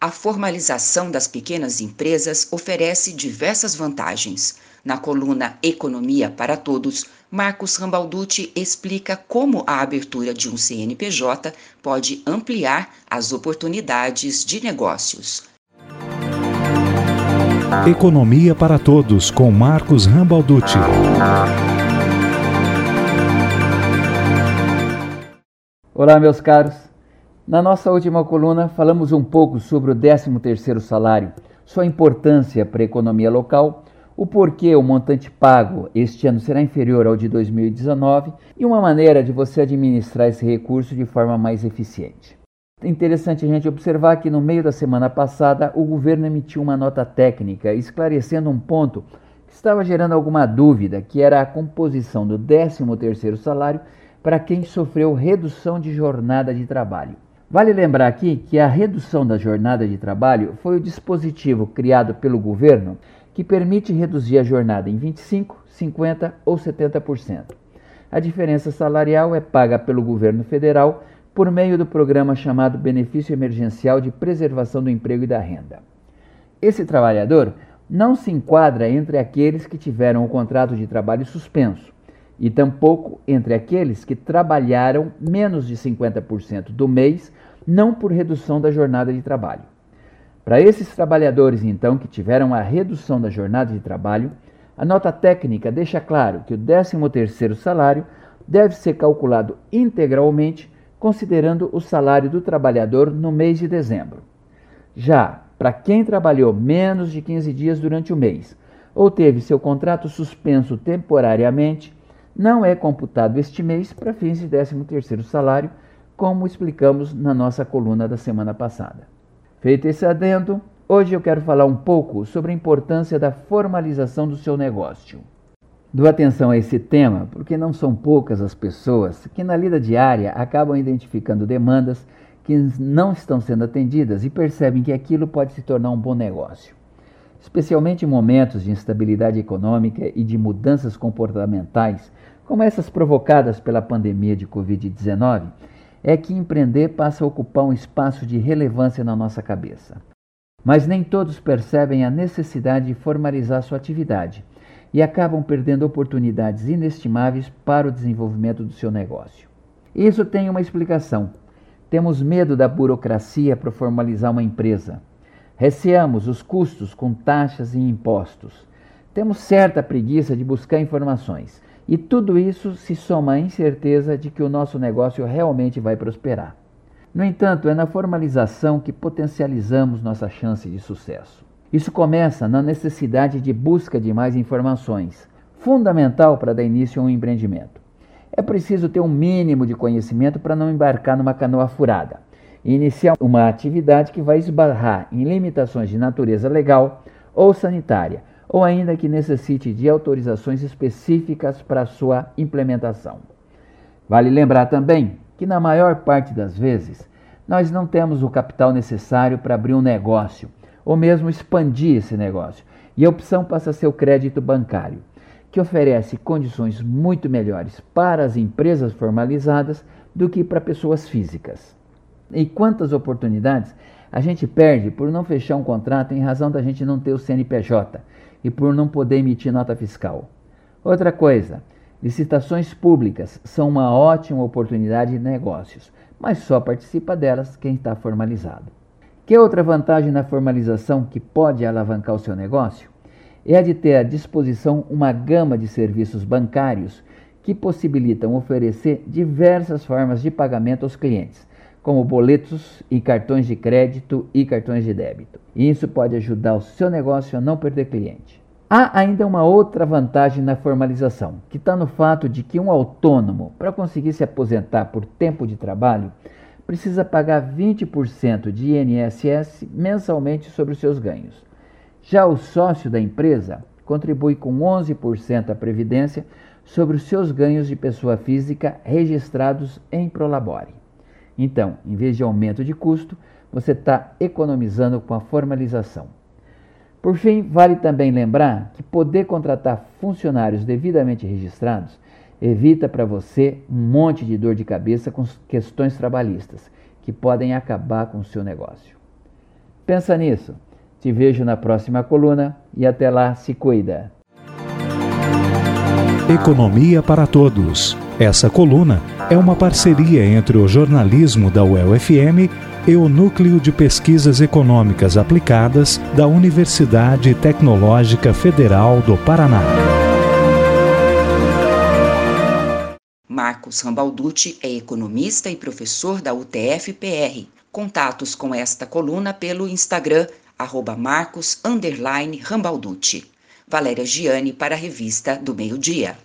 A formalização das pequenas empresas oferece diversas vantagens. Na coluna Economia para Todos, Marcos Rambalducci explica como a abertura de um CNPJ pode ampliar as oportunidades de negócios. Economia para Todos, com Marcos Rambalducci. Olá, meus caros. Na nossa última coluna, falamos um pouco sobre o 13º salário, sua importância para a economia local, o porquê o montante pago este ano será inferior ao de 2019 e uma maneira de você administrar esse recurso de forma mais eficiente. É interessante a gente observar que no meio da semana passada o governo emitiu uma nota técnica esclarecendo um ponto que estava gerando alguma dúvida, que era a composição do 13º salário para quem sofreu redução de jornada de trabalho. Vale lembrar aqui que a redução da jornada de trabalho foi o dispositivo criado pelo governo que permite reduzir a jornada em 25%, 50% ou 70%. A diferença salarial é paga pelo governo federal por meio do programa chamado Benefício Emergencial de Preservação do Emprego e da Renda. Esse trabalhador não se enquadra entre aqueles que tiveram o contrato de trabalho suspenso e tampouco entre aqueles que trabalharam menos de 50% do mês, não por redução da jornada de trabalho. Para esses trabalhadores, então, que tiveram a redução da jornada de trabalho, a nota técnica deixa claro que o 13º salário deve ser calculado integralmente considerando o salário do trabalhador no mês de dezembro. Já para quem trabalhou menos de 15 dias durante o mês ou teve seu contrato suspenso temporariamente, não é computado este mês para fins de 13º salário, como explicamos na nossa coluna da semana passada. Feito esse adendo, hoje eu quero falar um pouco sobre a importância da formalização do seu negócio. Dou atenção a esse tema porque não são poucas as pessoas que na lida diária acabam identificando demandas que não estão sendo atendidas e percebem que aquilo pode se tornar um bom negócio. Especialmente em momentos de instabilidade econômica e de mudanças comportamentais, como essas provocadas pela pandemia de Covid-19, é que empreender passa a ocupar um espaço de relevância na nossa cabeça. Mas nem todos percebem a necessidade de formalizar sua atividade e acabam perdendo oportunidades inestimáveis para o desenvolvimento do seu negócio. Isso tem uma explicação. Temos medo da burocracia para formalizar uma empresa. Receamos os custos com taxas e impostos. Temos certa preguiça de buscar informações. E tudo isso se soma à incerteza de que o nosso negócio realmente vai prosperar. No entanto, é na formalização que potencializamos nossa chance de sucesso. Isso começa na necessidade de busca de mais informações, fundamental para dar início a um empreendimento. É preciso ter um mínimo de conhecimento para não embarcar numa canoa furada e iniciar uma atividade que vai esbarrar em limitações de natureza legal ou sanitária, ou ainda que necessite de autorizações específicas para a sua implementação. Vale lembrar também que, na maior parte das vezes, nós não temos o capital necessário para abrir um negócio, ou mesmo expandir esse negócio, e a opção passa a ser o crédito bancário, que oferece condições muito melhores para as empresas formalizadas do que para pessoas físicas. E quantas oportunidades a gente perde por não fechar um contrato em razão da gente não ter o CNPJ e por não poder emitir nota fiscal. Outra coisa, licitações públicas são uma ótima oportunidade de negócios, mas só participa delas quem está formalizado. Que outra vantagem na formalização que pode alavancar o seu negócio? É a de ter à disposição uma gama de serviços bancários que possibilitam oferecer diversas formas de pagamento aos clientes, como boletos e cartões de crédito e cartões de débito. E isso pode ajudar o seu negócio a não perder cliente. Há ainda uma outra vantagem na formalização, que está no fato de que um autônomo, para conseguir se aposentar por tempo de trabalho, precisa pagar 20% de INSS mensalmente sobre os seus ganhos. Já o sócio da empresa contribui com 11% à Previdência sobre os seus ganhos de pessoa física registrados em Prolabore. Então, em vez de aumento de custo, você está economizando com a formalização. Por fim, vale também lembrar que poder contratar funcionários devidamente registrados evita para você um monte de dor de cabeça com questões trabalhistas, que podem acabar com o seu negócio. Pensa nisso. Te vejo na próxima coluna e até lá, se cuida. Economia para Todos. Essa coluna é uma parceria entre o jornalismo da UEL-FM e o Núcleo de Pesquisas Econômicas Aplicadas da Universidade Tecnológica Federal do Paraná. Marcos Rambalducci é economista e professor da UTF-PR. Contatos com esta coluna pelo Instagram, @Marcos_Rambalducci. Valéria Giani para a Revista do Meio-Dia.